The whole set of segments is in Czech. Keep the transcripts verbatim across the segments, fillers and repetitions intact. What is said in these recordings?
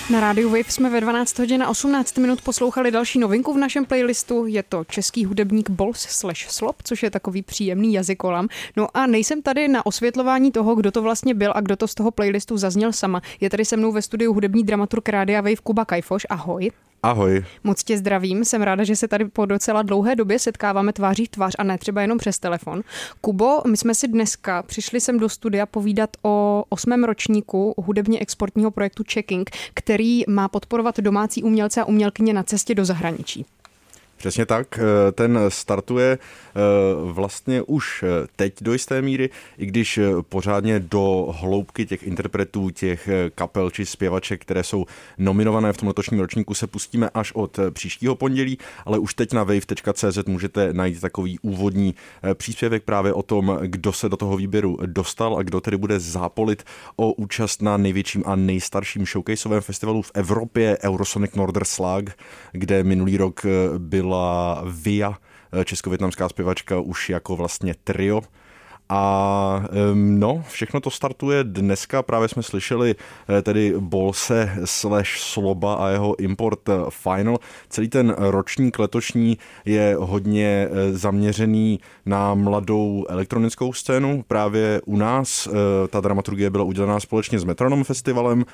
Na rádiu Wave jsme ve dvanáct hodin a osmnáct minut poslouchali další novinku v našem playlistu. Je to český hudebník Bols slash Slob, což je takový příjemný jazykolam. No a nejsem tady na osvětlování toho, kdo to vlastně byl a kdo to z toho playlistu zazněl sama. Je tady se mnou ve studiu hudební dramaturg Rádia Wave Kuba Kajfoš. Ahoj. Ahoj. Moc tě zdravím, jsem ráda, že se tady po docela dlouhé době setkáváme tváří v tvář a ne třeba jenom přes telefon. Kubo, my jsme si dneska přišli sem do studia povídat o osmém ročníku hudebně exportního projektu Checking, který má podporovat domácí umělce a umělkyně na cestě do zahraničí. Přesně tak, ten startuje vlastně už teď do jisté míry, i když pořádně do hloubky těch interpretů, těch kapel či zpěvaček, které jsou nominované v tom letošním ročníku, se pustíme až od příštího pondělí, ale už teď na wave tečka cé zet můžete najít takový úvodní příspěvek právě o tom, kdo se do toho výběru dostal a kdo tedy bude zápolit o účast na největším a nejstarším showcaseovém festivalu v Evropě Eurosonic Norderslag, kde minulý rok byl Via, česko-vietnamská zpěvačka, už jako vlastně trio. A no, všechno to startuje dneska, právě jsme slyšeli tedy Bolse slash Sloba a jeho Import Final. Celý ten ročník letošní je hodně zaměřený na mladou elektronickou scénu. Právě u nás ta dramaturgie byla udělaná společně s Metronom festivalem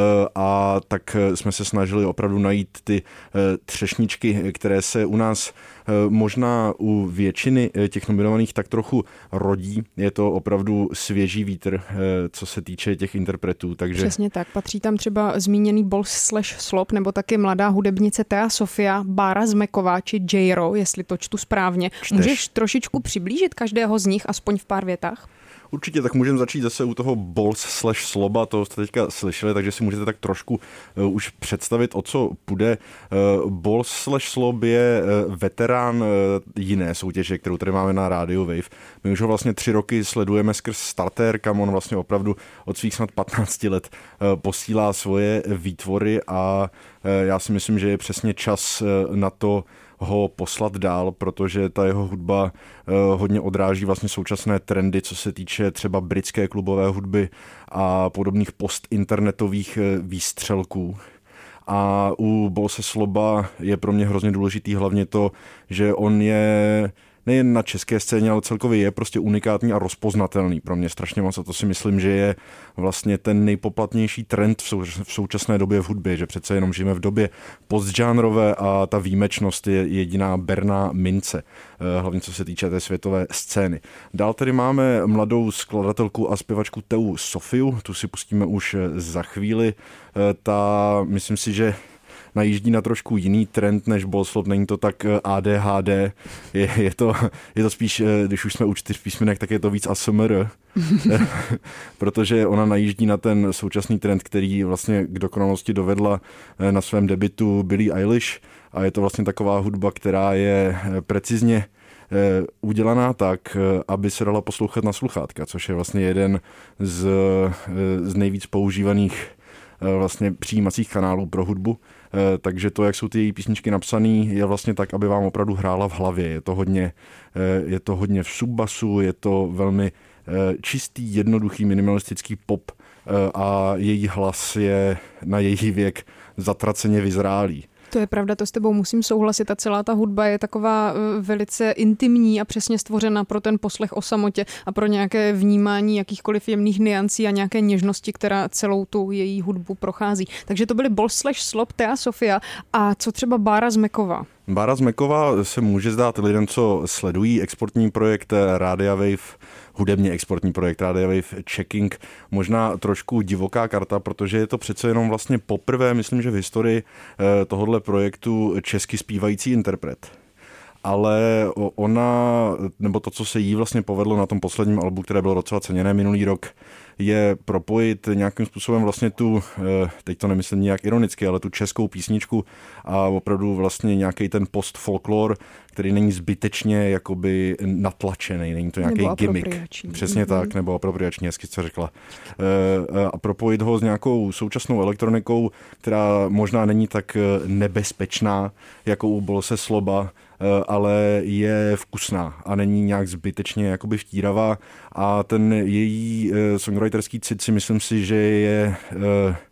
a tak jsme se snažili opravdu najít ty třešničky, které se u nás možná u většiny těch nominovaných tak trochu rodí. Je to opravdu svěží vítr, co se týče těch interpretů. Takže... Přesně tak. Patří tam třeba zmíněný Bols slash Slob, nebo taky mladá hudebnice Thea Sofia, Bára Zmeková či J-Ro, jestli to čtu správně. Čteš. Můžeš trošičku přiblížit každého z nich, aspoň v pár větách? Určitě, tak můžeme začít zase u toho Bols slash Sloba, to jste teďka slyšeli, takže si můžete tak trošku uh, už představit, o co půjde. Uh, Bols slash Slob je uh, veterán uh, jiné soutěže, kterou tady máme na rádiu Wave. My už ho vlastně tři roky sledujeme skrz Starter, kam on vlastně opravdu od svých snad patnácti let uh, posílá svoje výtvory a uh, já si myslím, že je přesně čas uh, na to, ho poslat dál, protože ta jeho hudba uh, hodně odráží vlastně současné trendy, co se týče třeba britské klubové hudby a podobných postinternetových uh, výstřelků. A u Bolse Sloba je pro mě hrozně důležitý hlavně to, že on je nejen na české scéně, ale celkově je prostě unikátní a rozpoznatelný pro mě strašně moc a to si myslím, že je vlastně ten nejpoplatnější trend v, sou, v současné době v hudbě, že přece jenom žijeme v době postžánrové a ta výjimečnost je jediná berná mince, hlavně co se týče té světové scény. Dál tedy máme mladou skladatelku a zpěvačku Theu Sofiu, tu si pustíme už za chvíli. Ta, myslím si, že najíždí na trošku jiný trend než Bolslov, není to tak A D H D, je, je, to, je to spíš, když už jsme u čtyř písmenek, tak je to víc A S M R, protože ona najíždí na ten současný trend, který vlastně k dokonalosti dovedla na svém debutu Billie Eilish a je to vlastně taková hudba, která je precizně udělaná tak, aby se dala poslouchat na sluchátka, což je vlastně jeden z, z nejvíc používaných vlastně přijímacích kanálů pro hudbu. Takže to, jak jsou ty její písničky napsané, je vlastně tak, aby vám opravdu hrála v hlavě. Je to hodně, je to hodně v subbasu, je to velmi čistý, jednoduchý, minimalistický pop a její hlas je na její věk zatraceně vyzrálý. To je pravda, to s tebou musím souhlasit a celá ta hudba je taková velice intimní a přesně stvořena pro ten poslech o samotě a pro nějaké vnímání jakýchkoliv jemných niancí a nějaké něžnosti, která celou tu její hudbu prochází. Takže to byly Bols slash Slob, Thea Sofia a co třeba Bára Zmeková? Bára Zmeková se může zdát lidem, co sledují exportní projekt Rádia Wave, hudebně exportní projekt Rádia Wave Checking, možná trošku divoká karta, protože je to přece jenom vlastně poprvé, myslím, že v historii tohohle projektu česky zpívající interpret. Ale ona, nebo to, co se jí vlastně povedlo na tom posledním albu, které bylo docela ceněné minulý rok, je propojit nějakým způsobem vlastně tu, teď to nemyslím nějak ironicky, ale tu českou písničku a opravdu vlastně nějaký ten post-folklor, který není zbytečně jakoby natlačený, není to nějaký gimmick. Přesně mm-hmm. tak, nebo apropriační, hezky jste řekla. A propojit ho s nějakou současnou elektronikou, která možná není tak nebezpečná, jako u Bolse Sloba, ale je vkusná a není nějak zbytečně jakoby vtíravá a ten její songwriterský cit si myslím si, že je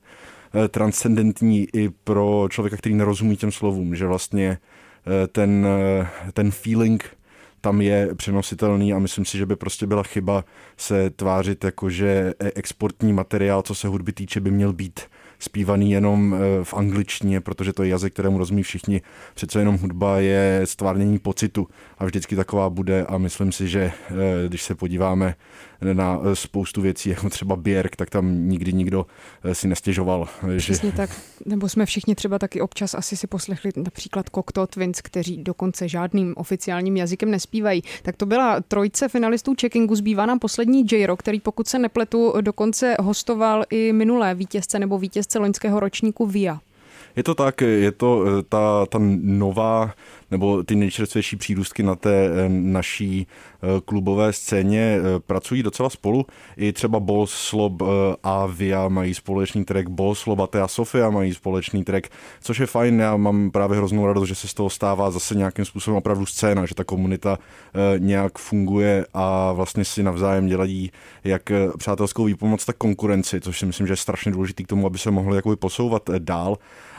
transcendentní i pro člověka, který nerozumí těm slovům, že vlastně ten, ten feeling tam je přenositelný a myslím si, že by prostě byla chyba se tvářit jako, že exportní materiál, co se hudby týče, by měl být zpívaný jenom v angličtině, protože to je jazyk, kterému rozumí všichni. Přece jenom hudba je stvárnění pocitu a vždycky taková bude a myslím si, že když se podíváme na spoustu věcí, jako třeba Björk, tak tam nikdy nikdo si nestěžoval. Přesně že... tak. Nebo jsme všichni třeba taky občas asi si poslechli například Cocteau Twins, kteří dokonce žádným oficiálním jazykem nespívají. Tak to byla trojce finalistů checkingu, zbývá nám poslední J-Rock, který pokud se nepletu, dokonce hostoval i minulé vítězce nebo vítězce loňského ročníku V I A. Je to tak, je to ta, ta nová, nebo ty nejčerstvější přírůstky na té naší klubové scéně pracují docela spolu. I třeba Bols, Slob a V I A mají společný track, Bols, Slob a Thea Sofia mají společný track, což je fajn. Já mám právě hroznou radost, že se z toho stává zase nějakým způsobem opravdu scéna, že ta komunita nějak funguje a vlastně si navzájem dělají jak přátelskou výpomoc, tak konkurenci, což si myslím, že je strašně důležitý k tomu, aby se mohli jakoby posouvat dál.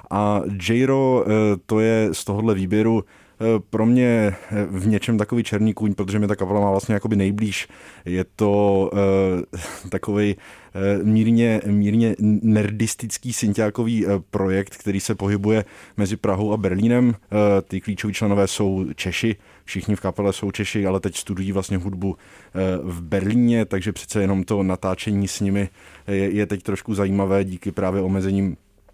A J-Ro, to je z tohohle výběru pro mě v něčem takový černý kůň, protože mě ta kapela má vlastně jakoby nejblíž. Je to uh, takovej uh, mírně, mírně nerdistický synťákový uh, projekt, který se pohybuje mezi Prahou a Berlínem. Uh, ty klíčoví členové jsou Češi, všichni v kapele jsou Češi, ale teď studují vlastně hudbu uh, v Berlíně, takže přece jenom to natáčení s nimi je, je teď trošku zajímavé díky právě omezením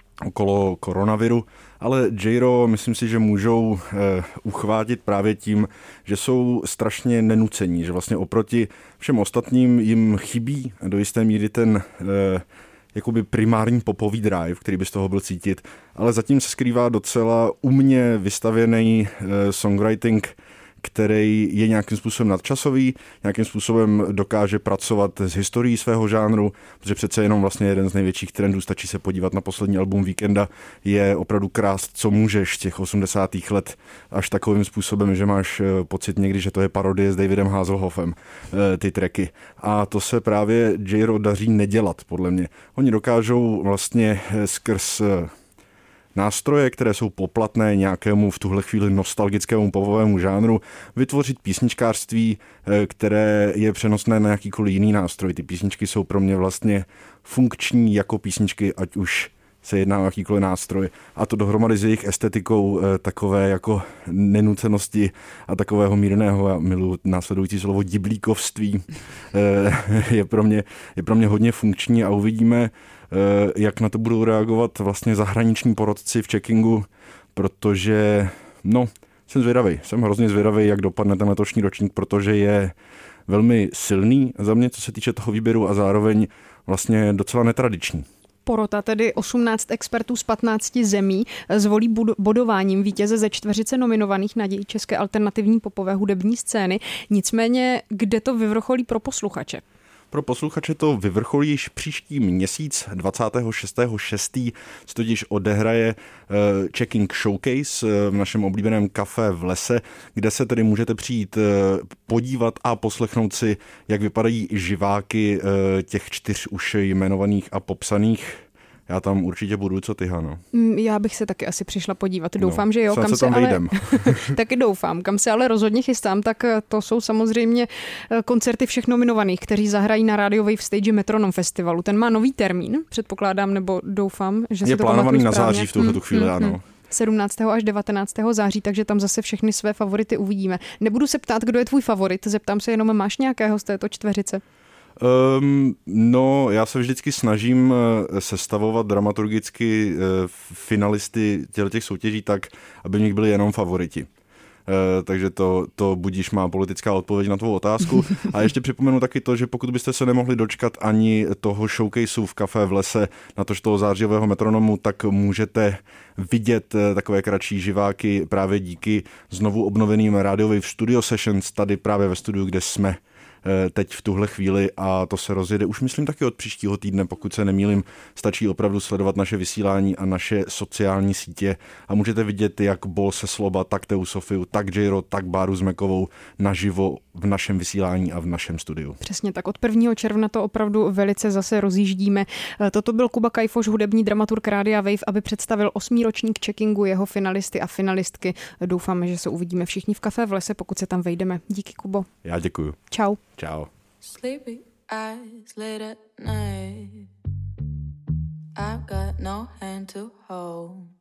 okolo koronaviru, ale J-Ro myslím si, že můžou eh, uchvátit právě tím, že jsou strašně nenucení, že vlastně oproti všem ostatním jim chybí do jisté míry ten eh, jakoby primární popový drive, který by z toho byl cítit, ale zatím se skrývá docela umně vystavěný eh, songwriting, který je nějakým způsobem nadčasový, nějakým způsobem dokáže pracovat s historií svého žánru, protože přece jenom vlastně jeden z největších trendů, stačí se podívat na poslední album Weekenda, je opravdu krást, co můžeš z těch osmdesátých let až takovým způsobem, že máš pocit někdy, že to je parodie s Davidem Hasselhoffem, ty tracky. A to se právě J-Ro daří nedělat, podle mě. Oni dokážou vlastně skrz nástroje, které jsou poplatné nějakému v tuhle chvíli nostalgickému popovému žánru, vytvořit písničkářství, které je přenosné na jakýkoliv jiný nástroj. Ty písničky jsou pro mě vlastně funkční jako písničky, ať už se jedná o jakýkoliv nástroj. A to dohromady s jejich estetikou takové jako nenucenosti a takového mírného, já miluji následující slovo, diblíkovství, je pro mě, je pro mě hodně funkční a uvidíme, jak na to budou reagovat vlastně zahraniční porodci v checkingu, protože, no, jsem zvědavý, jsem hrozně zvědavý, jak dopadne ten letošní ročník, protože je velmi silný za mě, co se týče toho výběru a zároveň vlastně docela netradiční. Porota, tedy osmnáct expertů z patnácti zemí, zvolí bodováním vítěze ze čtveřice nominovaných nadějí české alternativní popové hudební scény. Nicméně, kde to vyvrcholí pro posluchače? Pro posluchače to vyvrcholí již příští měsíc, dvacátého šestého šestého se totiž odehraje Checking Showcase v našem oblíbeném kafe v Lese, kde se tedy můžete přijít podívat a poslechnout si, jak vypadají živáky těch čtyř už jmenovaných a popsaných. Já tam určitě budu, co ty, Hano? Já bych se taky asi přišla podívat. Doufám, no, že jo. Kam se tam ale... vejdem. Taky doufám. Kam se ale rozhodně chystám, tak to jsou samozřejmě koncerty všech nominovaných, kteří zahrají na Radio Wave Stage Metronom Festivalu. Ten má nový termín, předpokládám, nebo doufám, že je se to plánovaný na správně. září v tuhle hmm, chvíli, hmm, ano. Hmm. sedmnáctého až devatenáctého září, takže tam zase všechny své favority uvidíme. Nebudu se ptát, kdo je tvůj favorit, zeptám se jenom, máš nějakého z této čtveřice? Um, no, já se vždycky snažím sestavovat dramaturgicky uh, finalisty těch soutěží tak, aby v nich byli jenom favoriti. Uh, takže to, to budíš má politická odpověď na tvou otázku. A ještě připomenu taky to, že pokud byste se nemohli dočkat ani toho showcaseu v kafe v Lese, na tož toho zářijového metronomu, tak můžete vidět takové kratší živáky právě díky znovu obnoveným Radio Wave Studio Sessions tady právě ve studiu, kde jsme teď v tuhle chvíli a to se rozjede už myslím taky od příštího týdne, pokud se nemýlím, stačí opravdu sledovat naše vysílání a naše sociální sítě a můžete vidět jak Bolse Sloba, tak Teu Sofiu, tak J-Ro, tak Báru Zmekovou naživo v našem vysílání a v našem studiu. Přesně tak, od prvního června to opravdu velice zase rozjíždíme. Toto byl Kuba Kajfoš, hudební dramaturg Rádia Wave, aby představil osmý ročník checkingu, jeho finalisty a finalistky. Doufáme, že se uvidíme všichni v Café v lese, pokud se tam vejdeme. Díky, Kubo. Já děkuju. Čau. Čau. Sleepy eyes late at night. I've got no hand to hold.